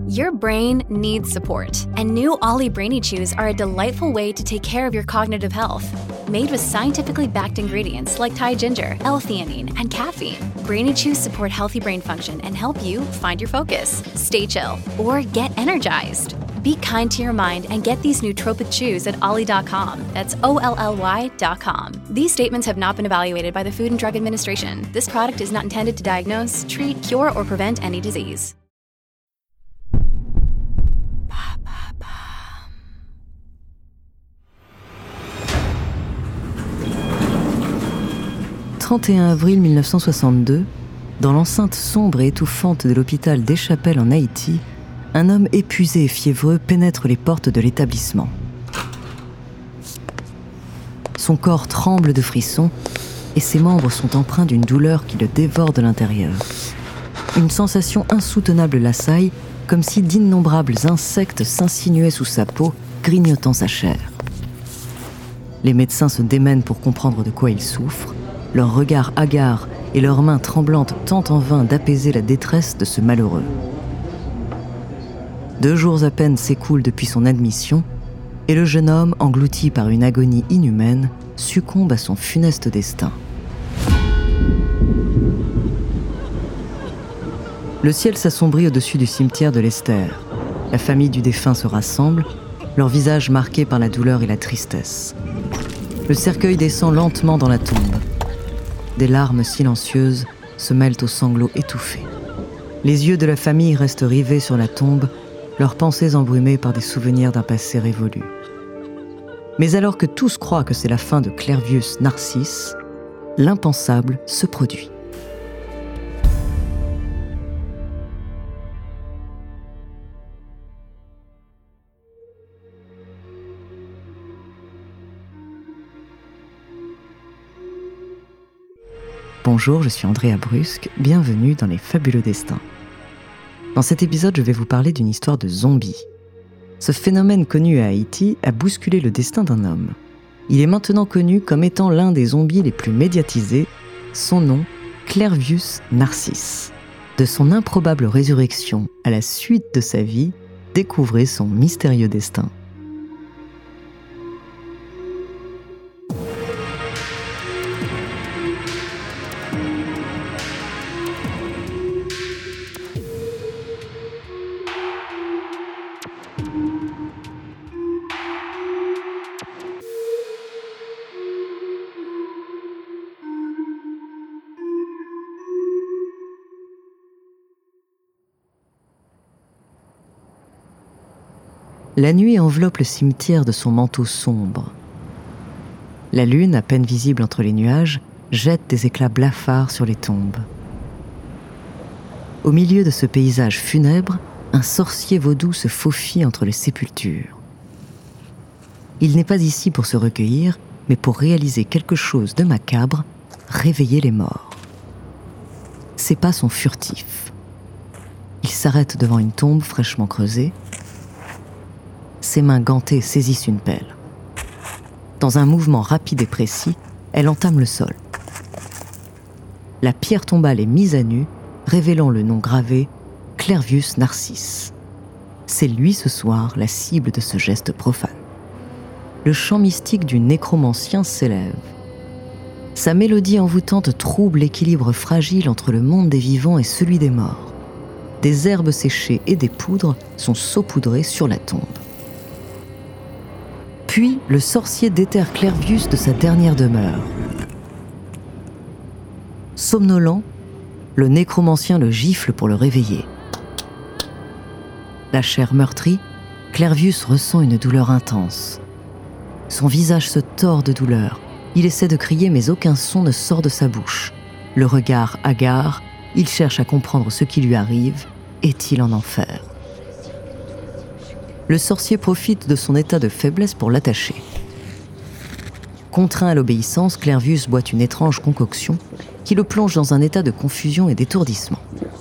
Your brain needs support, and new Ollie Brainy Chews are a delightful way to take care of your cognitive health. Made with scientifically backed ingredients like Thai ginger, L-theanine, and caffeine, Brainy Chews support healthy brain function and help you find your focus, stay chill, or get energized. Be kind to your mind and get these nootropic chews at ollie.com. That's OLLY.com. These statements have not been evaluated by the Food and Drug Administration. This product is not intended to diagnose, treat, cure, or prevent any disease. 31 avril 1962, dans l'enceinte sombre et étouffante de l'hôpital Deschapelles en Haïti, un homme épuisé et fiévreux pénètre les portes de l'établissement. Son corps tremble de frissons et ses membres sont empreints d'une douleur qui le dévore de l'intérieur. Une sensation insoutenable l'assaille, comme si d'innombrables insectes s'insinuaient sous sa peau, grignotant sa chair. Les médecins se démènent pour comprendre de quoi il souffre. Leurs regards hagards et leurs mains tremblantes tentent en vain d'apaiser la détresse de ce malheureux. 2 jours à peine s'écoulent depuis son admission, et le jeune homme, englouti par une agonie inhumaine, succombe à son funeste destin. Le ciel s'assombrit au-dessus du cimetière de l'Esther. La famille du défunt se rassemble, leurs visages marqués par la douleur et la tristesse. Le cercueil descend lentement dans la tombe. Des larmes silencieuses se mêlent aux sanglots étouffés. Les yeux de la famille restent rivés sur la tombe, leurs pensées embrumées par des souvenirs d'un passé révolu. Mais alors que tous croient que c'est la fin de Clervius Narcisse, l'impensable se produit. Bonjour, je suis Andrea Brusque, bienvenue dans Les Fabuleux Destins. Dans cet épisode, je vais vous parler d'une histoire de zombies. Ce phénomène connu à Haïti a bousculé le destin d'un homme. Il est maintenant connu comme étant l'un des zombies les plus médiatisés, son nom, Clervius Narcisse. De son improbable résurrection à la suite de sa vie, découvrez son mystérieux destin. La nuit enveloppe le cimetière de son manteau sombre. La lune, à peine visible entre les nuages, jette des éclats blafards sur les tombes. Au milieu de ce paysage funèbre, un sorcier vaudou se faufile entre les sépultures. Il n'est pas ici pour se recueillir, mais pour réaliser quelque chose de macabre, réveiller les morts. Ses pas sont furtifs. Il s'arrête devant une tombe fraîchement creusée. Ses mains gantées saisissent une pelle. Dans un mouvement rapide et précis, elle entame le sol. La pierre tombale est mise à nu, révélant le nom gravé « Clervius Narcisse ». C'est lui ce soir la cible de ce geste profane. Le chant mystique du nécromancien s'élève. Sa mélodie envoûtante trouble l'équilibre fragile entre le monde des vivants et celui des morts. Des herbes séchées et des poudres sont saupoudrées sur la tombe. Puis, le sorcier déterre Clervius de sa dernière demeure. Somnolent, le nécromancien le gifle pour le réveiller. La chair meurtrie, Clervius ressent une douleur intense. Son visage se tord de douleur. Il essaie de crier, mais aucun son ne sort de sa bouche. Le regard hagard, il cherche à comprendre ce qui lui arrive. Est-il en enfer ? Le sorcier profite de son état de faiblesse pour l'attacher. Contraint à l'obéissance, Clervius boit une étrange concoction qui le plonge dans un état de confusion et d'étourdissement.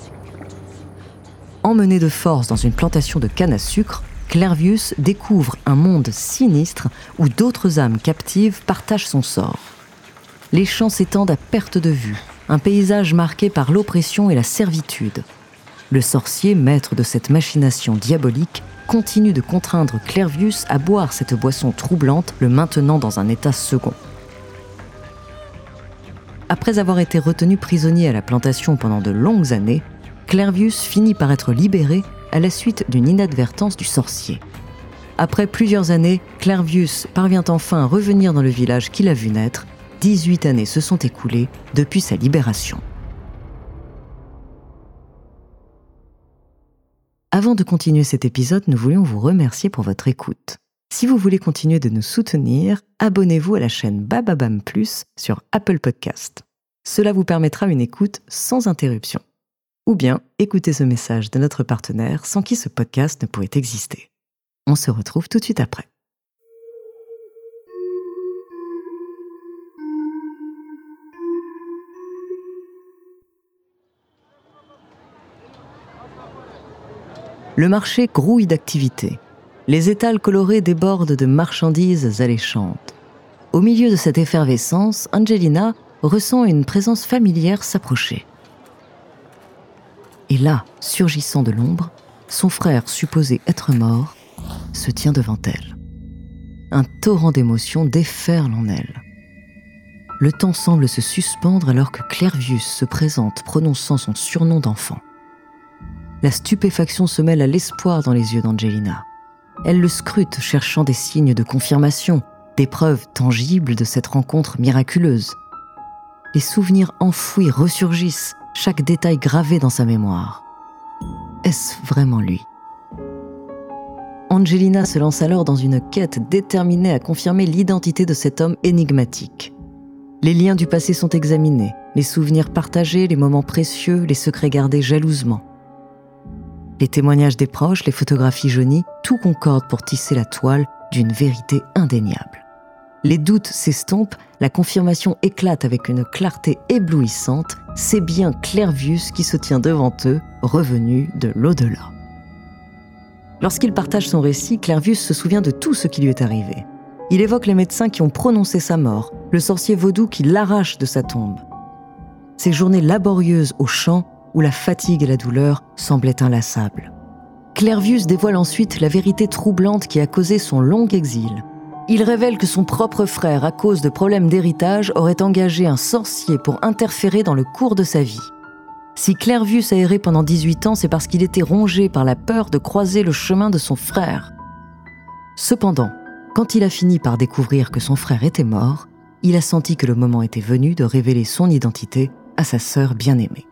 Emmené de force dans une plantation de canne à sucre, Clervius découvre un monde sinistre où d'autres âmes captives partagent son sort. Les champs s'étendent à perte de vue, un paysage marqué par l'oppression et la servitude. Le sorcier, maître de cette machination diabolique, continue de contraindre Clervius à boire cette boisson troublante, le maintenant dans un état second. Après avoir été retenu prisonnier à la plantation pendant de longues années, Clervius finit par être libéré à la suite d'une inadvertance du sorcier. Après plusieurs années, Clervius parvient enfin à revenir dans le village qu'il a vu naître. 18 années se sont écoulées depuis sa libération. Avant de continuer cet épisode, nous voulions vous remercier pour votre écoute. Si vous voulez continuer de nous soutenir, abonnez-vous à la chaîne Bababam Plus sur Apple Podcast. Cela vous permettra une écoute sans interruption. Ou bien écoutez ce message de notre partenaire sans qui ce podcast ne pourrait exister. On se retrouve tout de suite après. Le marché grouille d'activité. Les étals colorés débordent de marchandises alléchantes. Au milieu de cette effervescence, Angelina ressent une présence familière s'approcher. Et là, surgissant de l'ombre, son frère supposé être mort se tient devant elle. Un torrent d'émotions déferle en elle. Le temps semble se suspendre alors que Clervius se présente prononçant son surnom d'enfant. La stupéfaction se mêle à l'espoir dans les yeux d'Angelina. Elle le scrute, cherchant des signes de confirmation, des preuves tangibles de cette rencontre miraculeuse. Les souvenirs enfouis ressurgissent, chaque détail gravé dans sa mémoire. Est-ce vraiment lui ? Angelina se lance alors dans une quête déterminée à confirmer l'identité de cet homme énigmatique. Les liens du passé sont examinés, les souvenirs partagés, les moments précieux, les secrets gardés jalousement. Les témoignages des proches, les photographies jaunies, tout concorde pour tisser la toile d'une vérité indéniable. Les doutes s'estompent, la confirmation éclate avec une clarté éblouissante. C'est bien Clervius qui se tient devant eux, revenu de l'au-delà. Lorsqu'il partage son récit, Clervius se souvient de tout ce qui lui est arrivé. Il évoque les médecins qui ont prononcé sa mort, le sorcier vaudou qui l'arrache de sa tombe. Ces journées laborieuses au champ où la fatigue et la douleur semblaient inlassables. Clervius dévoile ensuite la vérité troublante qui a causé son long exil. Il révèle que son propre frère, à cause de problèmes d'héritage, aurait engagé un sorcier pour interférer dans le cours de sa vie. Si Clervius a erré pendant 18 ans, c'est parce qu'il était rongé par la peur de croiser le chemin de son frère. Cependant, quand il a fini par découvrir que son frère était mort, il a senti que le moment était venu de révéler son identité à sa sœur bien-aimée.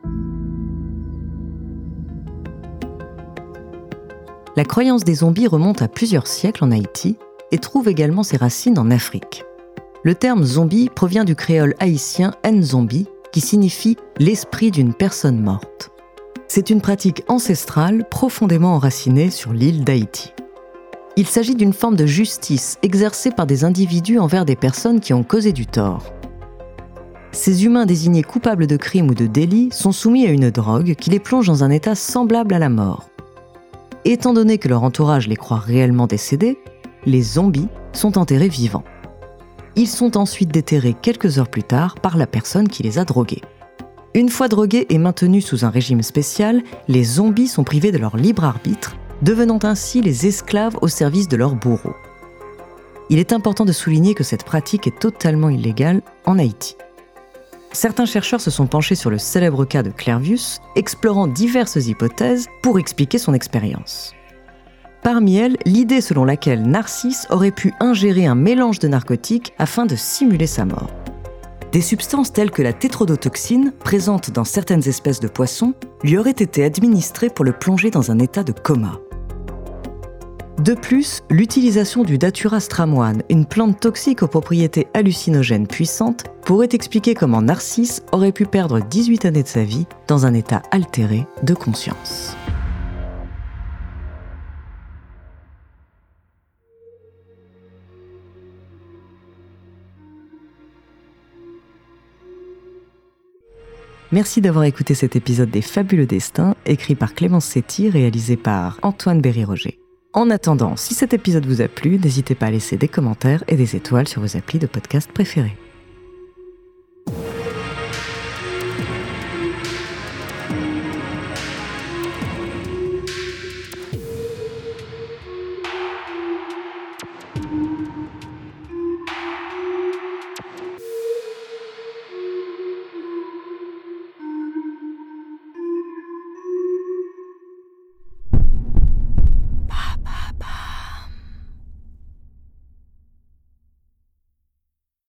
La croyance des zombies remonte à plusieurs siècles en Haïti et trouve également ses racines en Afrique. Le terme zombie provient du créole haïtien nzombi, qui signifie l'esprit d'une personne morte. C'est une pratique ancestrale profondément enracinée sur l'île d'Haïti. Il s'agit d'une forme de justice exercée par des individus envers des personnes qui ont causé du tort. Ces humains désignés coupables de crimes ou de délits sont soumis à une drogue qui les plonge dans un état semblable à la mort. Étant donné que leur entourage les croit réellement décédés, les zombies sont enterrés vivants. Ils sont ensuite déterrés quelques heures plus tard par la personne qui les a drogués. Une fois drogués et maintenus sous un régime spécial, les zombies sont privés de leur libre arbitre, devenant ainsi les esclaves au service de leurs bourreaux. Il est important de souligner que cette pratique est totalement illégale en Haïti. Certains chercheurs se sont penchés sur le célèbre cas de Clervius, explorant diverses hypothèses pour expliquer son expérience. Parmi elles, l'idée selon laquelle Narcisse aurait pu ingérer un mélange de narcotiques afin de simuler sa mort. Des substances telles que la tétrodotoxine, présente dans certaines espèces de poissons, lui auraient été administrées pour le plonger dans un état de coma. De plus, l'utilisation du Datura stramoine, une plante toxique aux propriétés hallucinogènes puissantes, pourrait expliquer comment Narcisse aurait pu perdre 18 années de sa vie dans un état altéré de conscience. Merci d'avoir écouté cet épisode des Fabuleux Destins, écrit par Clémence Setti, réalisé par Antoine Berry-Roger. En attendant, si cet épisode vous a plu, n'hésitez pas à laisser des commentaires et des étoiles sur vos applis de podcast préférés.